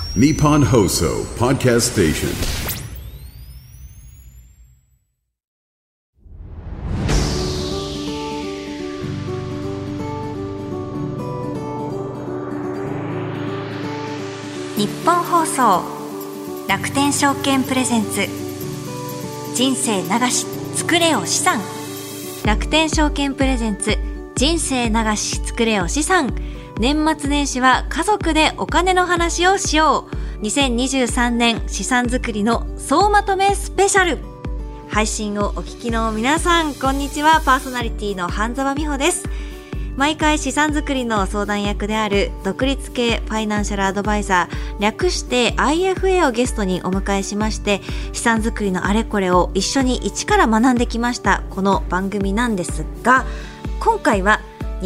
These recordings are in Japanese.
Nippon Hoso Podcast Station。 日本放送楽天証券プレゼンツ人生流し作れよ資産。楽天証券プレゼンツ人生流し作れよ資産。年末年始は家族でお金の話をしよう。2023年資産作りの総まとめスペシャル。配信をお聞きの皆さん、こんにちは。パーソナリティの半沢美穂です。毎回資産作りの相談役である独立系ファイナンシャルアドバイザー、略して IFA をゲストにお迎えしまして、資産作りのあれこれを一緒に一から学んできましたこの番組なんですが、今回は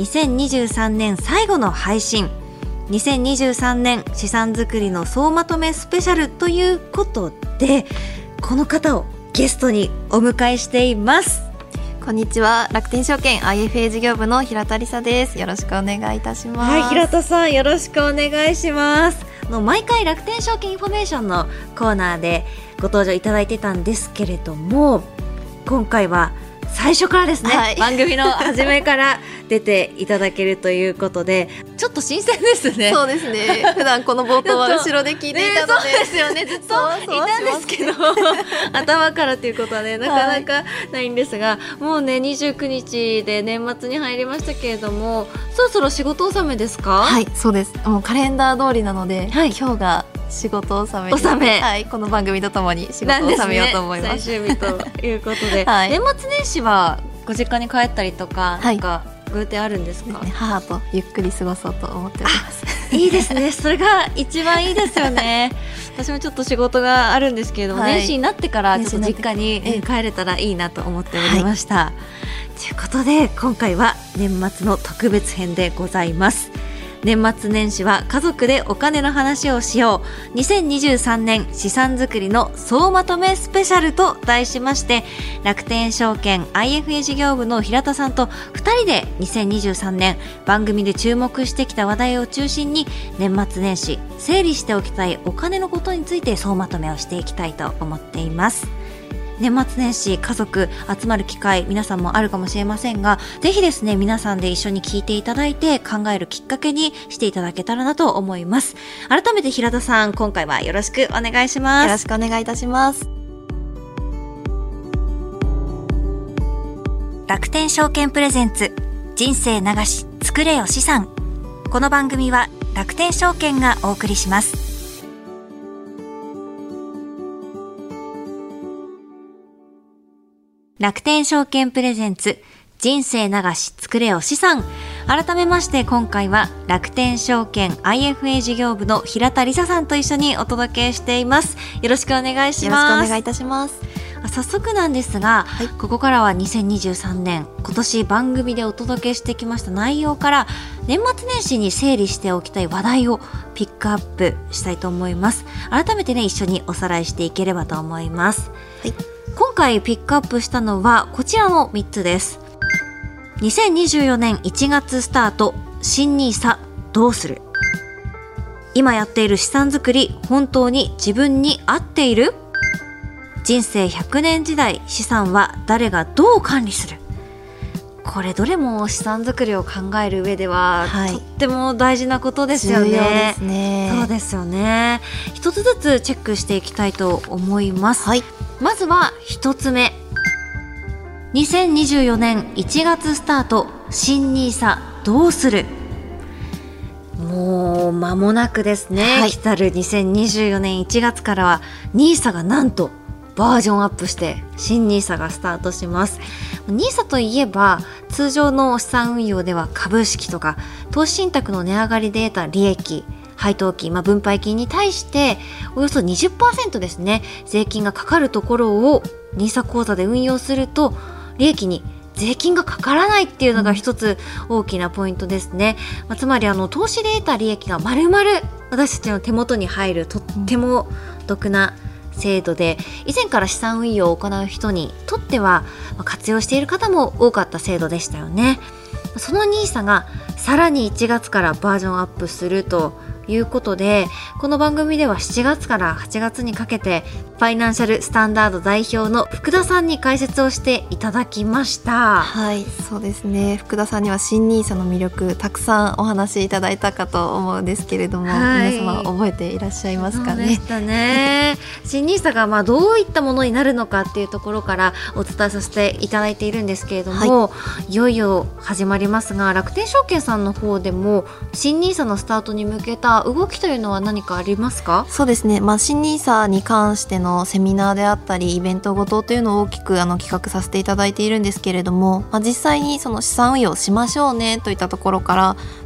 2023年最後の配信、2023年資産作りの総まとめスペシャルということで、この方をゲストにお迎えしています。 こんにちは。楽天証券 IFA 事業部の平田理沙です。よろしくお願いいたします。 はい、平田さんよろしくお願いします。毎回楽天証券インフォメーションのコーナーでご登場いただいてたんですけれども、今回は最初からですね、はい、番組の初めから出ていただけるということで、ちょっと新鮮ですね。 そうですね。普段この冒頭は後ろで聞いていたので、 そうですよね、ずっといたんですけど頭からということはね、なかなかないんですが、もうね29日で年末に入りましたけれども、そろそろ仕事納めですか？ はい、そうです。もうカレンダー通りなので、はい、今日が仕事納め、はい、この番組とともに仕事を納めようと思います。 最終日ということで、はい、年末年始はご実家に帰ったりとか、なんかご予定あるんですか？ ですね、母とゆっくり過ごそうと思っております。 いいですね。それが一番いいですよね。私もちょっと仕事があるんですけれども、はい、年始になってからちょっと実家に帰れたらいいなと思っておりました。ということで、今回は年末の特別編でございます。年末年始は家族でお金の話をしよう。2023年資産作りの総まとめスペシャルと題しまして、楽天証券 IFA 事業部の平田さんと2人で2023年番組で注目してきた話題を中心に、年末年始整理しておきたいお金のことについて総まとめをしていきたいと思っています。年末年始家族集まる機会、皆さんもあるかもしれませんが、ぜひですね、皆さんで一緒に聞いていただいて考えるきっかけにしていただけたらなと思います。改めて平田さん、今回はよろしくお願いします。 よろしくお願いいたします。 楽天証券プレゼンツ人生流し作れよ資産。この番組は楽天証券がお送りします。楽天証券プレゼンツ人生流し作れよ資産。改めまして今回は楽天証券 IFA 事業部の平田理沙さんと一緒にお届けしています。よろしくお願いします。 よろしくお願いいたします。 早速なんですが、はい、ここからは2023年今年番組でお届けしてきました内容から、年末年始に整理しておきたい話題をピックアップしたいと思います。改めてね、一緒におさらいしていければと思います。はい、今回ピックアップしたのはこちらの3つです。2024年1月スタート、新NISAどうする？今やっている資産作り、本当に自分に合っている？人生100年時代、資産は誰がどう管理する？これどれも資産作りを考える上では、はい、とっても大事なことですよね。 重要ですね。 そうですよね。一つずつチェックしていきたいと思います。はい、まずは一つ目、2024年1月スタート、新NISAどうする？もう間もなくですね、はい、来たる2024年1月からは NISA がなんとバージョンアップして新NISAがスタートします。NISA といえば通常の資産運用では株式とか投資信託の値上がりで得た利益、配当金、分配金に対しておよそ 20% ですね、税金がかかるところを NISA 口座で運用すると利益に税金がかからないっていうのが一つ大きなポイントですね。つまり投資で得た利益が丸々私たちの手元に入る、とっても得な制度で、以前から資産運用を行う人にとっては活用している方も多かった制度でしたよね。そのNISAがさらに1月からバージョンアップするということで、この番組では7月から8月にかけてファイナンシャルスタンダード代表の福田さんに解説をしていただきました。 はい、そうですね。福田さんには新NISAの魅力たくさんお話しいただいたかと思うんですけれども、皆様覚えていらっしゃいますかね。 そうでしたね。新NISAがどういったものになるのかっていうところからお伝えさせていただいているんですけれども、いよいよ始まりますが、楽天証券さんの方でも新NISAのスタートに向けた動きというのは何かありますか？ そうですね、新NISAに関してのセミナーであったりイベントごとというのを大きく企画させていただいているんですけれども、実際にその資産運用しましょうねといったところから、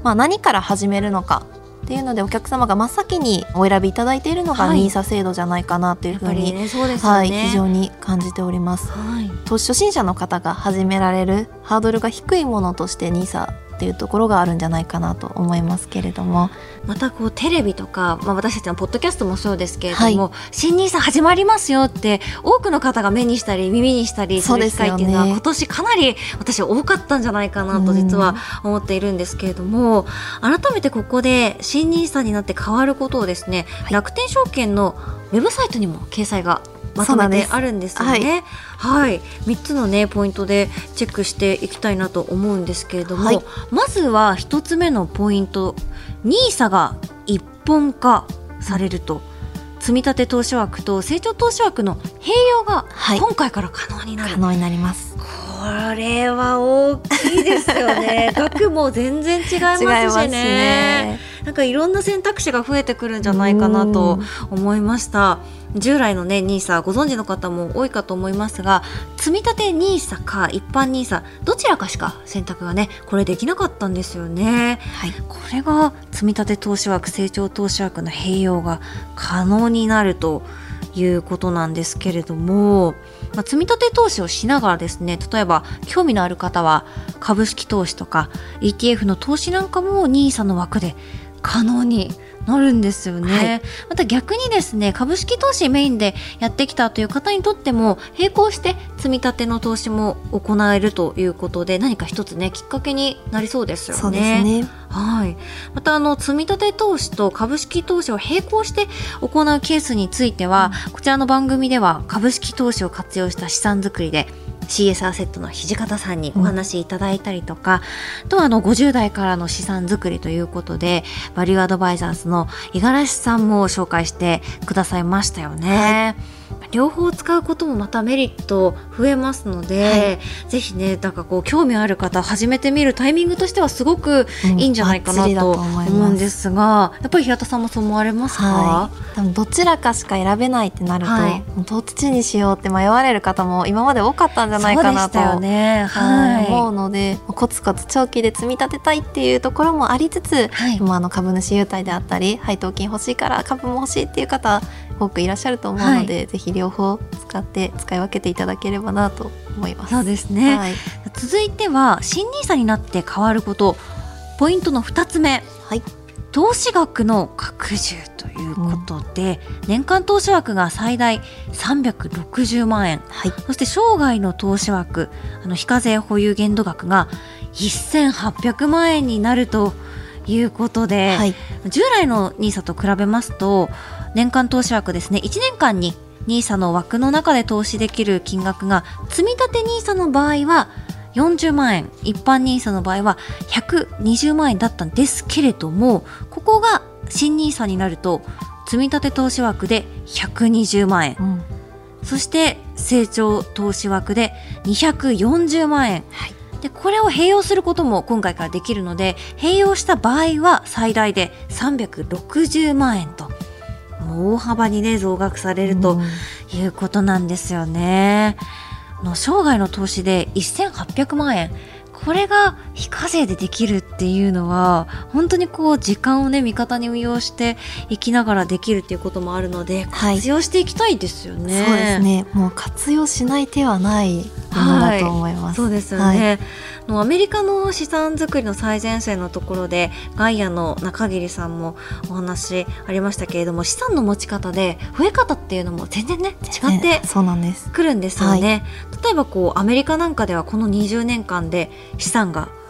何から始めるのかっていうのでお客様が真っ先にお選びいただいているのが NISA 制度じゃないかなというふうに、非常に感じております。投資初心者の方が始められるハードルが低いものとして NISAっていうところがあるんじゃないかなと思いますけれども、 またテレビとか、私たちのポッドキャストもそうですけれども、新NISA始まりますよって多くの方が目にしたり耳にしたりする機会っていうのは、今年かなり私は多かったんじゃないかなと実は思っているんですけれども、改めてここで新NISAになって変わることをですね、楽天証券のウェブサイトにも掲載がまとめてあるんですよね。3つのポイントでチェックしていきたいなと思うんですけれども、まずは1つ目のポイント、NISAが一本化されると、積立投資枠と成長投資枠の併用が今回から可能になる。 可能になります。 これは大きいですよね。額も全然違いますしね。なんかいろんな選択肢が増えてくるんじゃないかなと思いました。従来のNISA ご存知の方も多いかと思いますが、積立 NISA か一般 NISA どちらかしか選択がこれできなかったんですよね。これが積立投資枠成長投資枠の併用が可能になるということなんですけれども、積み立て投資をしながらですね、例えば興味のある方は株式投資とか ETF の投資なんかも NISA の枠で可能になるんですよね。また逆にですね、株式投資メインでやってきたという方にとっても並行して積み立ての投資も行えるということで、何か一つきっかけになりそうですよね。 そうですね。 また積み立て投資と株式投資を並行して行うケースについては、こちらの番組では株式投資を活用した資産作りで CS アセットの土方さんにお話いただいたりとか、あとは50代からの資産作りということでバリューアドバイザーズの五十嵐さんも紹介してくださいましたよね。両方使うこともまたメリット増えますので、ぜひ興味ある方始めてみるタイミングとしてはすごくいいんじゃないかなと思うんですが、やっぱり平田さんもそう思われますか？ 多分どちらかしか選べないってなると、どっちにしようって迷われる方も今まで多かったんじゃないかなと思うので、コツコツ長期で積み立てたいっていうところもありつつ、株主優待であったり配当金欲しいから株も欲しいっていう方多くいらっしゃると思うので、ぜひ両方使い分けていただければなと思います。 そうですね。続いては新NISAになって変わること、ポイントの2つ目、投資額の拡充ということで、年間投資枠が最大360万円、そして生涯の投資枠非課税保有限度額が1800万円になるということで、従来のNISAと比べますと年間投資枠ですね、1年間にNISA の枠の中で投資できる金額が積み立て NISA の場合は40万円、一般 NISA の場合は120万円だったんですけれども、ここが新NISAになると積み立て投資枠で120万円、そして成長投資枠で240万円、でこれを併用することも今回からできるので、併用した場合は最大で360万円と大幅に増額されるということなんですよね。生涯の投資で1800万円、これが非課税でできるっていうのは本当に時間を味方に運用していきながらできるっていうこともあるので、活用していきたいですよね。 そうですね。もう活用しない手はないものだと思います。 そうですよね。アメリカの資産作りの最前線のところでガイアの中桐さんもお話ありましたけれども、資産の持ち方で増え方っていうのも全然違ってくるんですよね。例えばアメリカなんかではこの20年間で資産が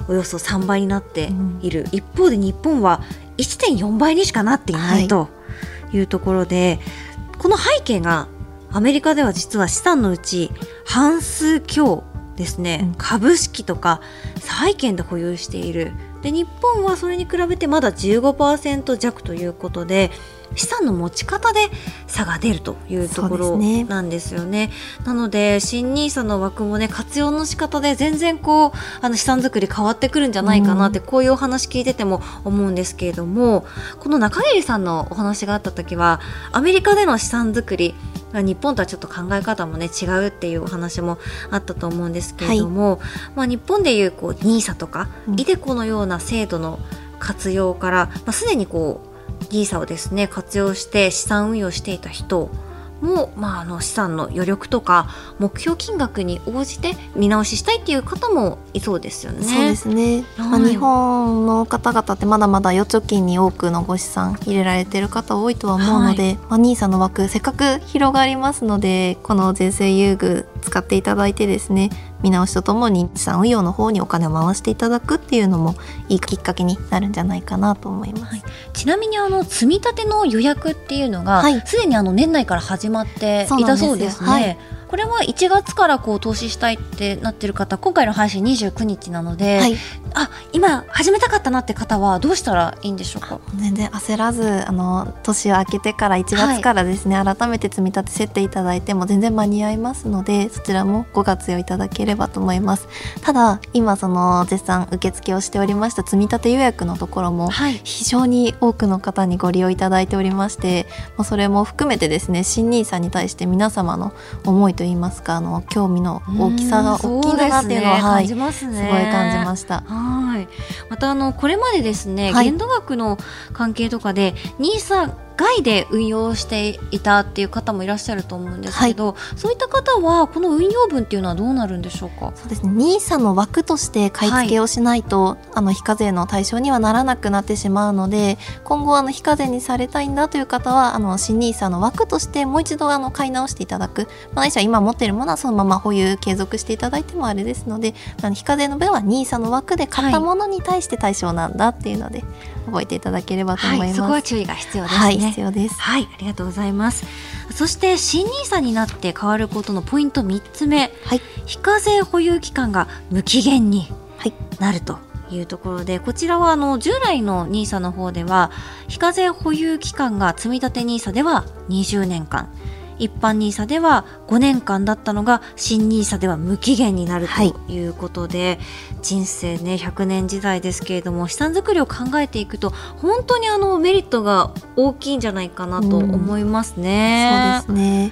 およそ3倍になっている、一方で日本は 1.4 倍にしかなっていないというところで、この背景がアメリカでは実は資産のうち半数強ですね、株式とか債券で保有している。で日本はそれに比べてまだ 15% 弱ということで、資産の持ち方で差が出るというところなんですよね。なので新NISAの枠もね、活用の仕方で全然資産作り変わってくるんじゃないかなって、こういうお話聞いてても思うんですけれども、この中桐さんのお話があった時はアメリカでの資産作り、日本とはちょっと考え方もね違うっていうお話もあったと思うんですけれども、日本でいうNISA とかiDeCoのような制度の活用から、すでにNISA をですね活用して資産運用していた人も、資産の余力とか目標金額に応じて見直ししたいっていう方もいそうですよね。 そうですね、日本の方々ってまだまだ預貯金に多くのご資産入れられている方多いとは思うので、NISA の枠せっかく広がりますので、この税制優遇使っていただいてですね、見直しとともに資産運用の方にお金を回していただくっていうのもいいきっかけになるんじゃないかなと思います。 ちなみに積み立ての予約っていうのがすでに年内から始まっていたそうですね。これは1月から投資したいってなってる方、今回の配信29日なので、今始めたかったなって方はどうしたらいいんでしょうか？ 全然焦らず年を明けてから1月からですね、改めて積み立て設定いただいても全然間に合いますので、そちらもご活用いただければと思います。ただ今絶賛受付をしておりました積み立て予約のところも非常に多くの方にご利用いただいておりまして、それも含めてですね、新NISAに対して皆様の思いといいますか、興味の大きさが大きいんだなっていうのは、 感じますね。 すごい感じました。 またこれまでですね、限度額の関係とかでNISA外で運用していたっていう方もいらっしゃると思うんですけど、そういった方はこの運用分っていうのはどうなるんでしょうか？ そうですね、NISAの枠として買い付けをしないと、非課税の対象にはならなくなってしまうので、今後非課税にされたいんだという方は新NISAの枠としてもう一度買い直していただく、ないしは今持っているものはそのまま保有継続していただいてもあれですので、非課税の分はNISAの枠で買ったものに対して対象なんだっていうので覚えていただければと思います。 そこは注意が必要ですね。 必要です。 ありがとうございます。そして新NISAになって変わることのポイント3つ目、非課税保有期間が無期限になるというところで、こちらは従来のNISAの方では非課税保有期間が積立 NISA では20年間、一般NISAでは5年間だったのが新NISAでは無期限になるということで、人生ね100年時代ですけれども、資産作りを考えていくと本当にメリットが大きいんじゃないかなと思いますね。 そうですね。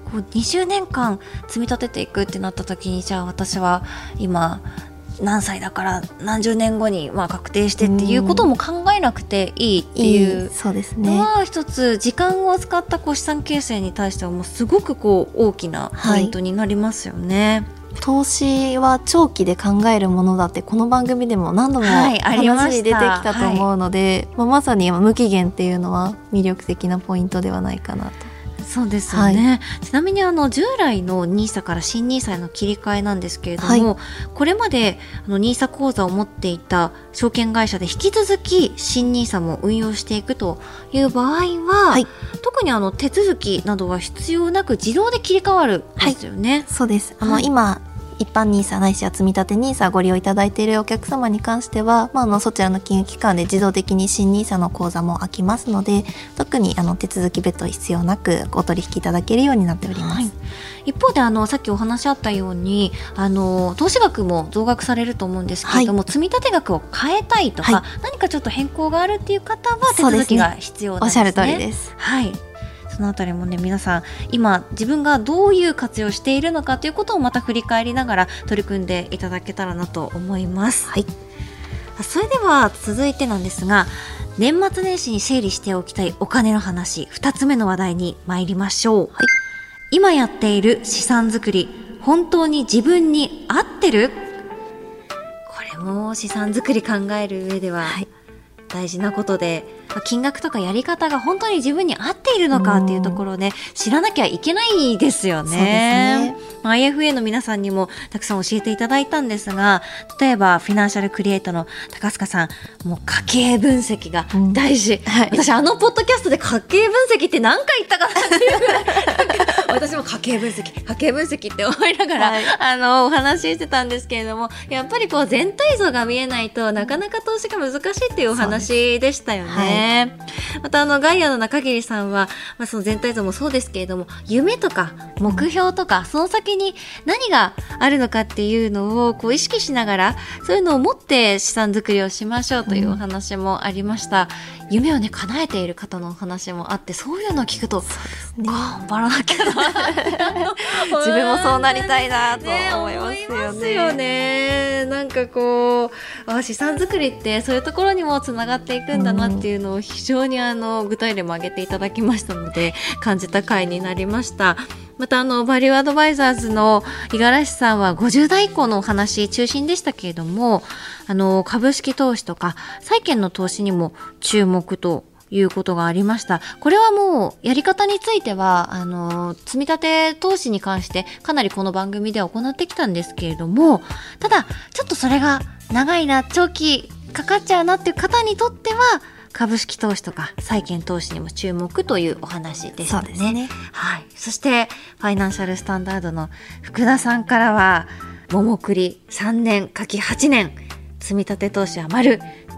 20年間積み立てていくってなった時に、じゃあ私は今何歳だから何十年後に確定してっていうことも考えなくていいっていうのは一つ時間を使った資産形成に対してはもうすごく大きなポイントになりますよね。 投資は長期で考えるものだってこの番組でも何度も話に出てきたと思うので、まさに無期限っていうのは魅力的なポイントではないかなと。 そうですよね。ちなみに従来のNISAから新NISAへの切り替えなんですけれども、これまでNISA口座を持っていた証券会社で引き続き新NISAも運用していくという場合は、特に手続きなどは必要なく自動で切り替わるんですよね。 そうです。今一般NISAないしは積立 NISA ご利用いただいているお客様に関しては、そちらの金融機関で自動的に新NISAの口座も開きますので、特に手続き別途必要なくお取引いただけるようになっております。 一方でさっきお話あったように投資額も増額されると思うんですけれども、積立額を変えたいとか、何かちょっと変更があるっていう方は手続きが必要なんですね。 おっしゃる通りです。 そのあたりもね、皆さん今自分がどういう活用しているのかということをまた振り返りながら取り組んでいただけたらなと思います。それでは続いてなんですが、年末年始に整理しておきたいお金の話、2つ目の話題に参りましょう。今やっている資産作り、本当に自分に合ってる？これも資産作り考える上では大事なことで、金額とかやり方が本当に自分に合っているのかっていうところをね、知らなきゃいけないですよね。IFA の皆さんにもたくさん教えていただいたんですが、例えばフィナンシャルクリエイターの高塚さん、もう家計分析が大事、私ポッドキャストで家計分析って何回言ったかなっていうぐらい私も家計分析って思いながら、お話ししてたんですけれども、やっぱりこう全体像が見えないとなかなか投資が難しいっていうお話でしたよね。またガイアの中桐さんは、その全体像もそうですけれども、夢とか目標とかその先に何があるのかっていうのをこう意識しながら、そういうのを持って資産作りをしましょうというお話もありました。夢をね叶えている方のお話もあって、そういうのを聞くと、頑張らなきゃな自分もそうなりたいなと思いますよね。 思いますよね。なんかこう資産作りってそういうところにもつながっていくんだなっていうのを非常に具体例も挙げていただきましたので、感じた回になりました。またバリューアドバイザーズの五十嵐さんは50代以降のお話中心でしたけれども、株式投資とか債券の投資にも注目ということがありました。これはもうやり方については積み立て投資に関してかなりこの番組では行ってきたんですけれども、ただちょっとそれが長いな、長期かかっちゃうなっていう方にとっては株式投資とか債券投資にも注目というお話でしたね。そうですね。はい。そしてファイナンシャルスタンダードの福田さんからは、桃栗3年かき8年積み立て投資は丸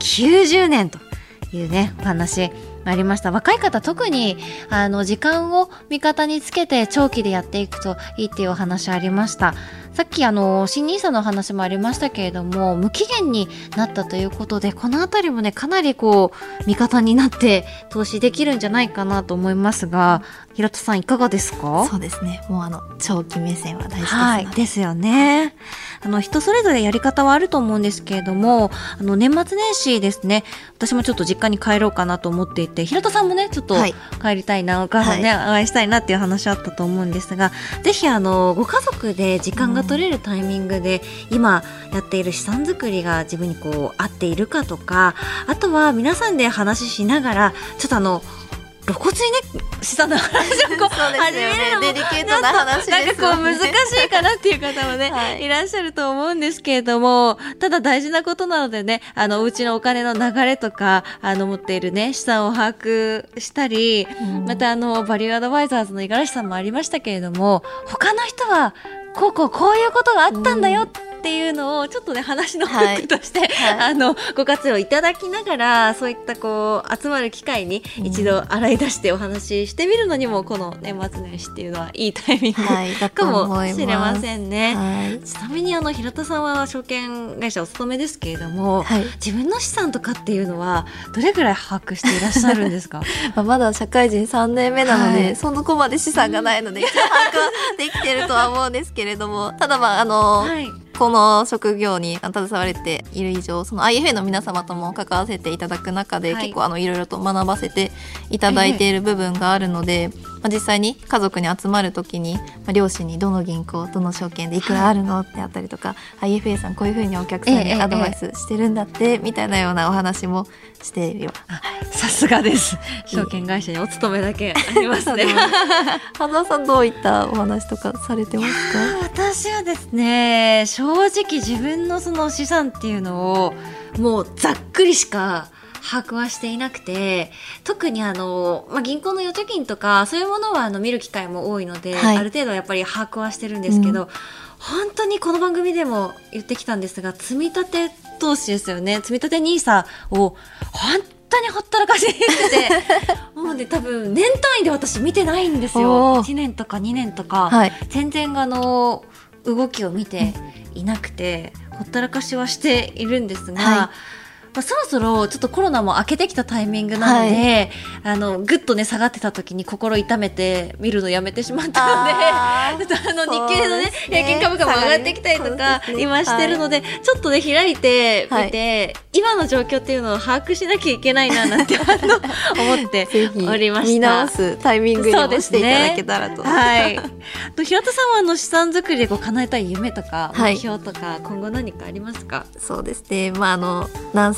90年というねお話ありました。若い方特に時間を味方につけて長期でやっていくといいっていうお話ありました。さっき新NISAの話もありましたけれども、無期限になったということで、このあたりもねかなりこう味方になって投資できるんじゃないかなと思いますが、平田さんいかがですか？ そうですね、もう長期目線は大事ですので、 ですよね。人それぞれやり方はあると思うんですけれども、年末年始ですね、私もちょっと実家に帰ろうかなと思っていて、平田さんもねちょっと帰りたいな、お母さんね、お会いしたいなっていう話あったと思うんですが、ぜひご家族で時間が取れるタイミングで、今やっている資産作りが自分にこう合っているかとか、あとは皆さんで話しながらちょっと露骨にね資産の話をこう始めるのもデリケートな話ですよね。 なんかこう難しいかなっていう方もね、いらっしゃると思うんですけれども、ただ大事なことなのでね、お家のお金の流れとか持っているね資産を把握したり、またバリューアドバイザーズの五十嵐さんもありましたけれども、他の人はこういうことがあったんだよっていうのをちょっとね話のフックとして、ご活用いただきながら、そういったこう集まる機会に一度洗い出してお話ししてみるのにも、この年末年始っていうのはいいタイミング、かもしれませんね。ちなみに平田さんは証券会社お勤めですけれども、自分の資産とかっていうのはどれぐらい把握していらっしゃるんですか？ まだ社会人3年目なので、その子まで資産がないので一応把握はできてるとは思うんですけれども、ただこの職業に携われている以上、その IFA の皆様とも関わらせていただく中で、結構いろいろと学ばせていただいている部分があるので、実際に家族に集まるときに、両親にどの銀行どの証券でいくらあるのってあったりとか、IFA さんこういうふうにお客さんにアドバイスしてるんだってみたいなようなお話もしているよ。 さすがです。証券会社にお勤めだけありますね。 花さんどういったお話とかされてますか？ 私はですね、正直自分のその資産っていうのをもうざっくりしか把握はしていなくて、特に銀行の預貯金とかそういうものは見る機会も多いので、ある程度やっぱり把握はしてるんですけど、本当にこの番組でも言ってきたんですが、積み立て投資ですよね。積み立て NISA を本当にほったらかしにしててもうね、多分年単位で私見てないんですよ。1年とか2年とか、全然動きを見ていなくて、ほったらかしはしているんですが、そろそろちょっとコロナも明けてきたタイミングなので、ぐっとね下がってた時に心痛めて見るのやめてしまったので、日経のね平均株価も上がってきたりとか今してるので、ちょっとね開いてみて、今の状況っていうのを把握しなきゃいけないななんて思っておりました。 見直すタイミングにもしていただけたらと。 平田さんは資産作りで叶えたい夢とか目標とか、今後何かありますか？ そうですね、何歳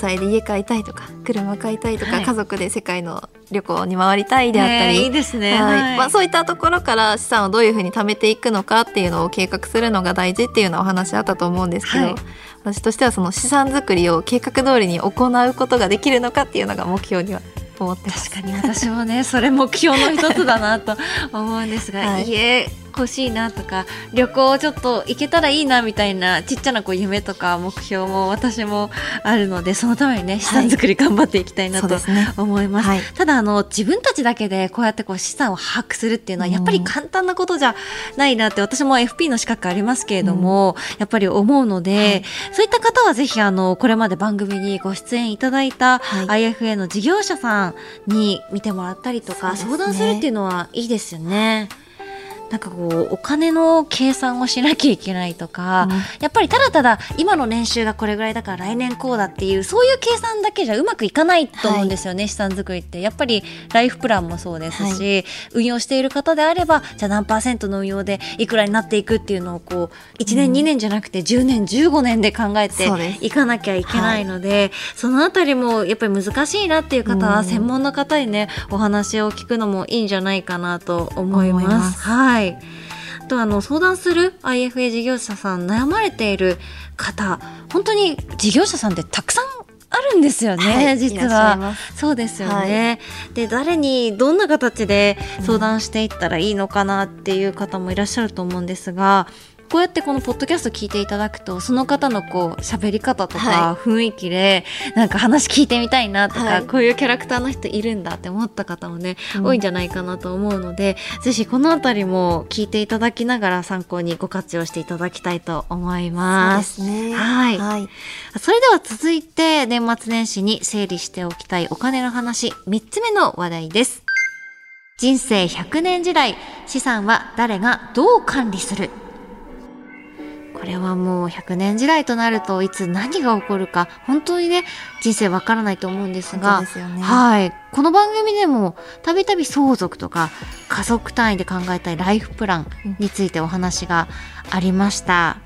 歳で家買いたいとか車買いたいとか、家族で世界の旅行に回りたいであったり、 いいですね、 そういったところから資産をどういうふうに貯めていくのかっていうのを計画するのが大事っていうようなお話あったと思うんですけど、私としてはその資産作りを計画通りに行うことができるのかっていうのが目標には思ってます。 確かに私もねそれ目標の一つだなと思うんですが、家欲しいなとか旅行ちょっと行けたらいいなみたいなちっちゃな夢とか目標も私もあるので、そのためにね資産作り頑張っていきたいなと思います。ただ自分たちだけでこうやって資産を把握するっていうのはやっぱり簡単なことじゃないなって、私も FP の資格ありますけれども、やっぱり思うので、そういった方はぜひこれまで番組にご出演いただいた IFA の事業者さんに見てもらったりとか、相談するっていうのはいいですよね。なんかお金の計算をしなきゃいけないとか、やっぱりただただ今の年収がこれぐらいだから来年こうだっていうそういう計算だけじゃうまくいかないと思うんですよね、資産作りって。やっぱりライフプランもそうですし、運用している方であればじゃあ何%の運用でいくらになっていくっていうのを1年2年じゃなくて10年15年で考えていかなきゃいけないので、そのあたりもやっぱり難しいなっていう方は専門の方にねお話を聞くのもいいんじゃないかなと思います。あと相談する IFA 事業者さん悩まれている方、本当に事業者さんってたくさんあるんですよね、実は。そうですよね、で誰にどんな形で相談していったらいいのかなっていう方もいらっしゃると思うんですが、こうやってこのポッドキャスト聞いていただくと、その方の喋り方とか雰囲気でなんか話聞いてみたいなとか、こういうキャラクターの人いるんだって思った方もね、多いんじゃないかなと思うので、ぜひこのあたりも聞いていただきながら参考にご活用していただきたいと思います。 そうですね。 それでは続いて年末年始に整理しておきたいお金の話、3つ目の話題です。人生100年時代、資産は誰がどう管理する。これはもう100年時代となるといつ何が起こるか本当にね人生わからないと思うんですが、この番組でもたびたび相続とか家族単位で考えたいライフプランについてお話がありました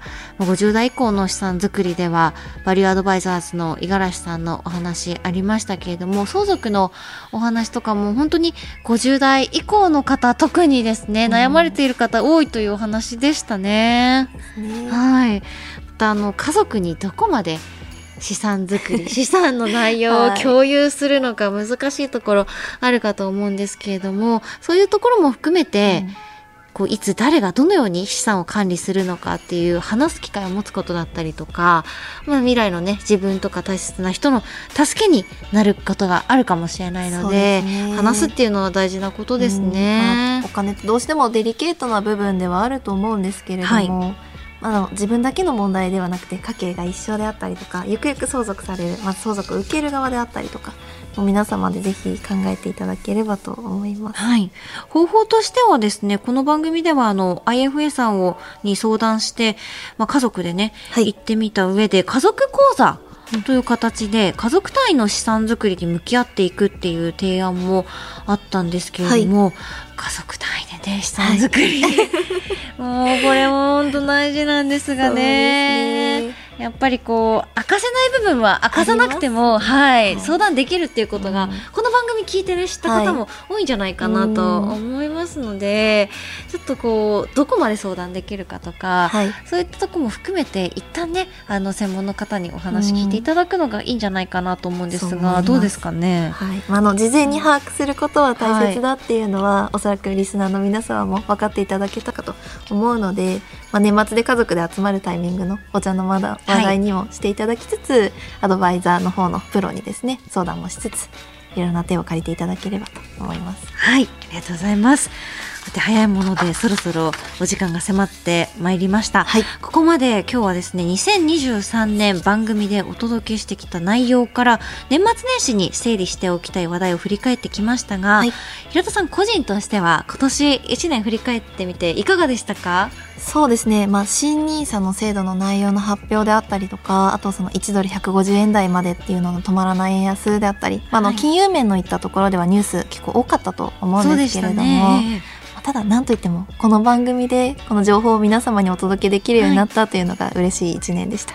。50代以降の資産作りではバリューアドバイザーズの五十嵐さんのお話ありましたけれども、相続のお話とかも本当に50代以降の方特にですね、悩まれている方多いというお話でしたね。また家族にどこまで資産作り資産の内容を共有するのか難しいところあるかと思うんですけれども、そういうところも含めて、いつ誰がどのように資産を管理するのかっていう話す機会を持つことだったりとか、未来のね自分とか大切な人の助けになることがあるかもしれないので、話すっていうのは大事なことですね。 お金ってどうしてもデリケートな部分ではあると思うんですけれども、自分だけの問題ではなくて家計が一緒であったりとか、ゆくゆく相続される、相続を受ける側であったりとか、皆様でぜひ考えていただければと思います。 方法としてはですね、この番組ではIFA さんに相談して、家族でね、行ってみた上で家族講座という形で家族単位の資産作りに向き合っていくっていう提案もあったんですけれども、家族単位でね資産作り、もうこれも本当大事なんですがね、やっぱり明かせない部分は明かさなくても、相談できるっていうことが、この番組聞いて知った方も多いんじゃないかなと思いますので、ちょっとどこまで相談できるかとか、そういったところも含めて一旦ね専門の方にお話聞いていただくのがいいんじゃないかなと思うんですが、どうですかね。 事前に把握することは大切だっていうのは、おそらくリスナーの皆様も分かっていただけたかと思うので、年末で家族で集まるタイミングのお茶の話題にもしていただきつつ、アドバイザーの方のプロにですね相談もしつつ、いろんな手を借りていただければと思います。 ありがとうございます。で早いものでそろそろお時間が迫ってまいりました。ここまで今日はですね2023年番組でお届けしてきた内容から年末年始に整理しておきたい話題を振り返ってきましたが、平田さん個人としては今年1年振り返ってみていかがでしたか？ そうですね、新NISAの制度の内容の発表であったりとか、あとその1ドル150円台までっていうのの止まらない円安であったり、金融面のいったところではニュース結構多かったと思うんですけれども、ただ何といってもこの番組でこの情報を皆様にお届けできるようになったというのが嬉しい1年でした。 そ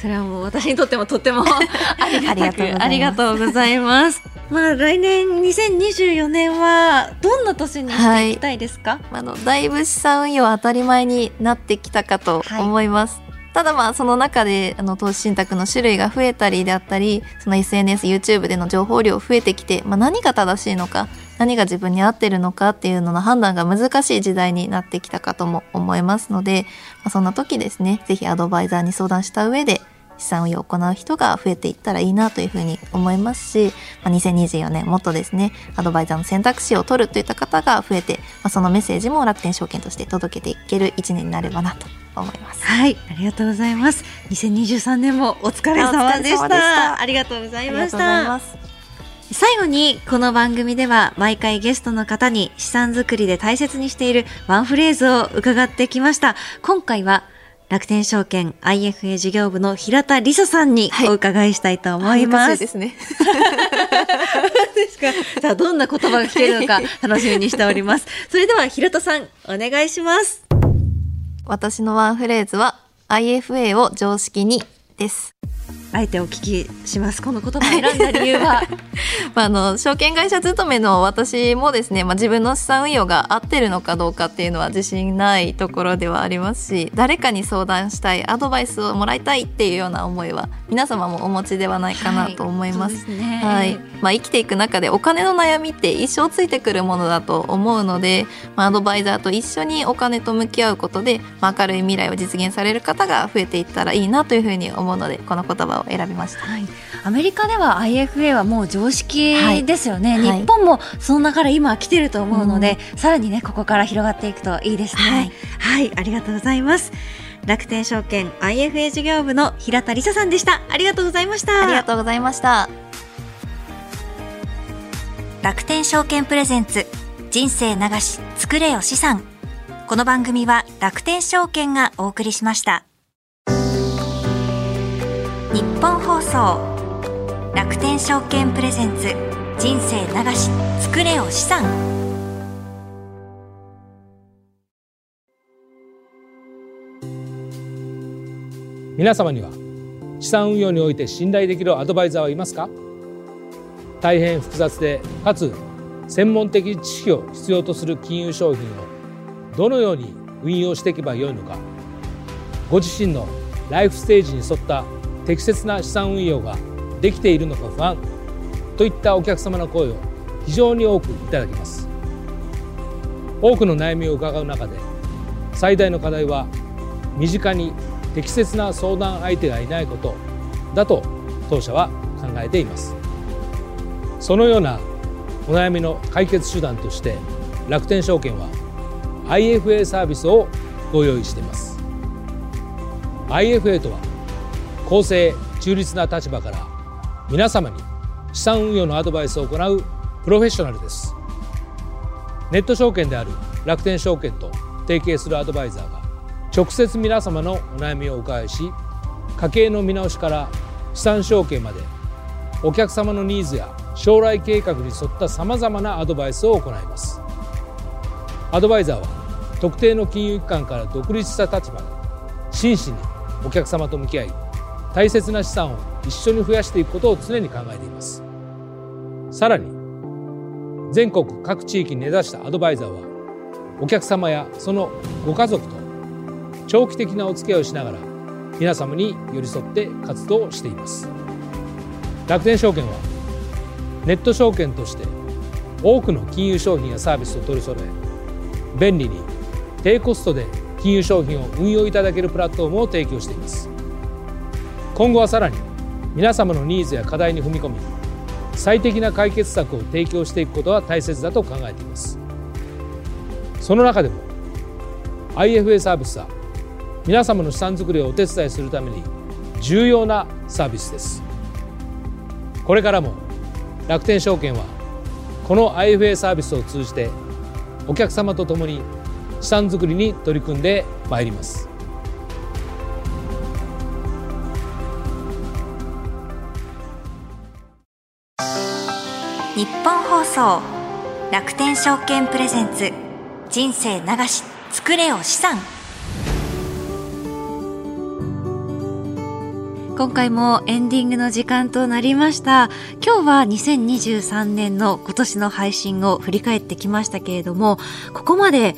それはもう私にとってもとってもありがとうごうざいます来年2024年はどんな年にしていきたいですか？ だいぶ資産運用当たり前になってきたかと思います、ただその中で投資信託の種類が増えたりであったり、その SNS、YouTube での情報量増えてきて、何が正しいのか、何が自分に合ってるのかっていうのの判断が難しい時代になってきたかとも思いますので、そんな時ですね、ぜひアドバイザーに相談した上で資産運用を行う人が増えていったらいいなというふうに思いますし、2024年もっとですね、アドバイザーの選択肢を取るといった方が増えて、そのメッセージも楽天証券として届けていける1年になればなと思います。 はい、ありがとうございます。2023年もお疲れ様でした。ありがとうございました。最後にこの番組では毎回ゲストの方に資産作りで大切にしているワンフレーズを伺ってきました。今回は楽天証券 IFA 事業部の平田理沙さんにお伺いしたいと思います。 難しいですね。 ですか。さあどんな言葉が聞けるのか楽しみにしております。それでは平田さんお願いします。 私のワンフレーズは IFA を常識にです。 あえてお聞きします。この言葉を選んだ理由は証券会社勤めの私もですね、自分の資産運用が合ってるのかどうかっていうのは自信ないところではありますし、誰かに相談したい、アドバイスをもらいたいっていうような思いは皆様もお持ちではないかなと思います。生きていく中でお金の悩みって一生ついてくるものだと思うので、アドバイザーと一緒にお金と向き合うことで、明るい未来を実現される方が増えていったらいいなというふうに思うので、この言葉を選びました。 アメリカでは IFA はもう常識ですよね、日本もその流れ今来てると思うので、さらにねここから広がっていくといいですね。ありがとうございます。楽天証券 IFA 事業部の平田理沙さんでした。ありがとうございました。 ありがとうございました。 楽天証券プレゼンツ人生流し作れよ資産。この番組は楽天証券がお送りしました。日本放送楽天証券プレゼンツ人生流し作れよ資産。 皆様には資産運用において信頼できるアドバイザーはいますか？大変複雑でかつ専門的知識を必要とする金融商品をどのように運用していけばよいのか、ご自身のライフステージに沿った適切な資産運用ができているのか不安といったお客様の声を非常に多くいただきます。多くの悩みを伺う中で最大の課題は身近に適切な相談相手がいないことだと当社は考えています。そのようなお悩みの解決手段として楽天証券は IFA サービスをご用意しています。 IFA とは公正中立な立場から皆様に資産運用のアドバイスを行うプロフェッショナルです。ネット証券である楽天証券と提携するアドバイザーが直接皆様のお悩みをお伺いし、家計の見直しから資産承継までお客様のニーズや将来計画に沿ったさまざまなアドバイスを行います。アドバイザーは特定の金融機関から独立した立場で真摯にお客様と向き合い、大切な資産を一緒に増やしていくことを常に考えています。さらに全国各地域に根ざしたアドバイザーはお客様やそのご家族と長期的なお付き合いをしながら皆様に寄り添って活動しています。楽天証券はネット証券として多くの金融商品やサービスを取り揃え、便利に低コストで金融商品を運用いただけるプラットフォームを提供しています。今後はさらに皆様のニーズや課題に踏み込み、最適な解決策を提供していくことは大切だと考えています。その中でも IFA サービスは皆様の資産作りをお手伝いするために重要なサービスです。これからも楽天証券はこの IFA サービスを通じてお客様と共に資産作りに取り組んでまいります。 日本放送楽天証券プレゼンツ人生流し作れよ資産。 今回もエンディングの時間となりました。今日は2023年の今年の配信を振り返ってきましたけれども、ここまで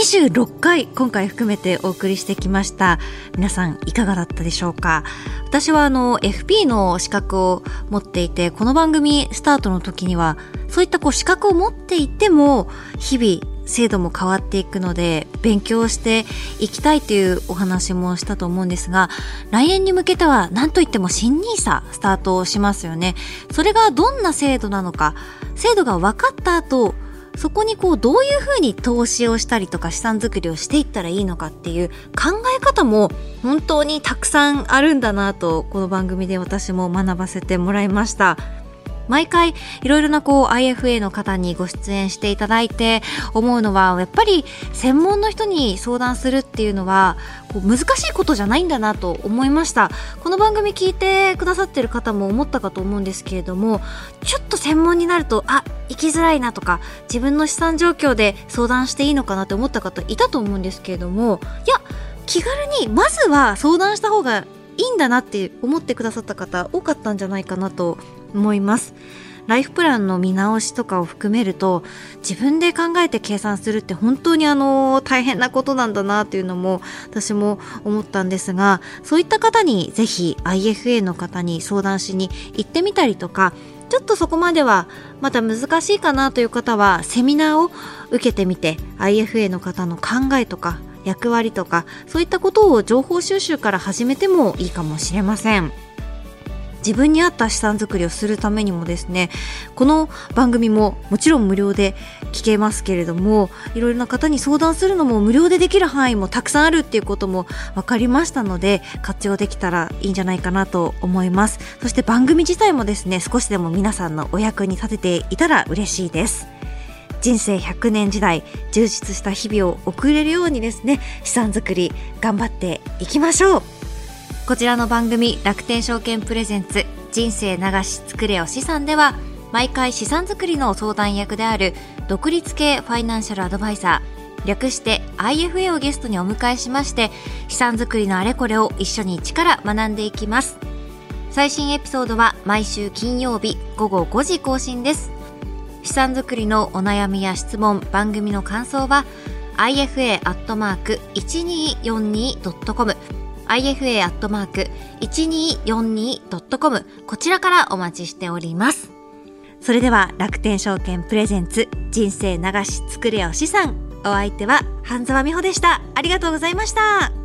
26回今回含めてお送りしてきました。皆さんいかがだったでしょうか。私はFP の資格を持っていて、この番組スタートの時にはそういった資格を持っていても日々制度も変わっていくので勉強していきたいというお話もしたと思うんですが、来年に向けては何といっても新NISAスタートしますよね。それがどんな制度なのか、制度が分かった後そこにどういうふうに投資をしたりとか資産作りをしていったらいいのかっていう考え方も本当にたくさんあるんだなと、この番組で私も学ばせてもらいました。毎回いろいろなIFA の方にご出演していただいて思うのは、やっぱり専門の人に相談するっていうのは難しいことじゃないんだなと思いました。この番組聞いてくださってる方も思ったかと思うんですけれども、ちょっと専門になると行きづらいなとか、自分の資産状況で相談していいのかなって思った方いたと思うんですけれども、いや気軽にまずは相談した方がいいんだなって思ってくださった方多かったんじゃないかなと思います。ライフプランの見直しとかを含めると、自分で考えて計算するって本当に大変なことなんだなっていうのも私も思ったんですが、そういった方にぜひ IFA の方に相談しに行ってみたりとか、ちょっとそこまではまた難しいかなという方はセミナーを受けてみて IFA の方の考えとか役割とかそういったことを情報収集から始めてもいいかもしれません。自分に合った資産作りをするためにもですね、この番組ももちろん無料で聞けますけれども、いろいろな方に相談するのも無料でできる範囲もたくさんあるっていうことも分かりましたので、活用できたらいいんじゃないかなと思います。そして番組自体もですね、少しでも皆さんのお役に立てていたら嬉しいです。人生100年時代、充実した日々を送れるようにですね、資産作り頑張っていきましょう。こちらの番組楽天証券プレゼンツ人生流し作れよ資産では、毎回資産作りの相談役である独立系ファイナンシャルアドバイザー、略して IFA をゲストにお迎えしまして、資産作りのあれこれを一緒に一から学んでいきます。最新エピソードは毎週金曜日午後5時更新です。資産作りのお悩みや質問、番組の感想は ifa@1242.com ifa@1242.com こちらからお待ちしております。それでは楽天証券プレゼンツ人生流し作れよ資産、お相手は半沢美穂でした。ありがとうございました。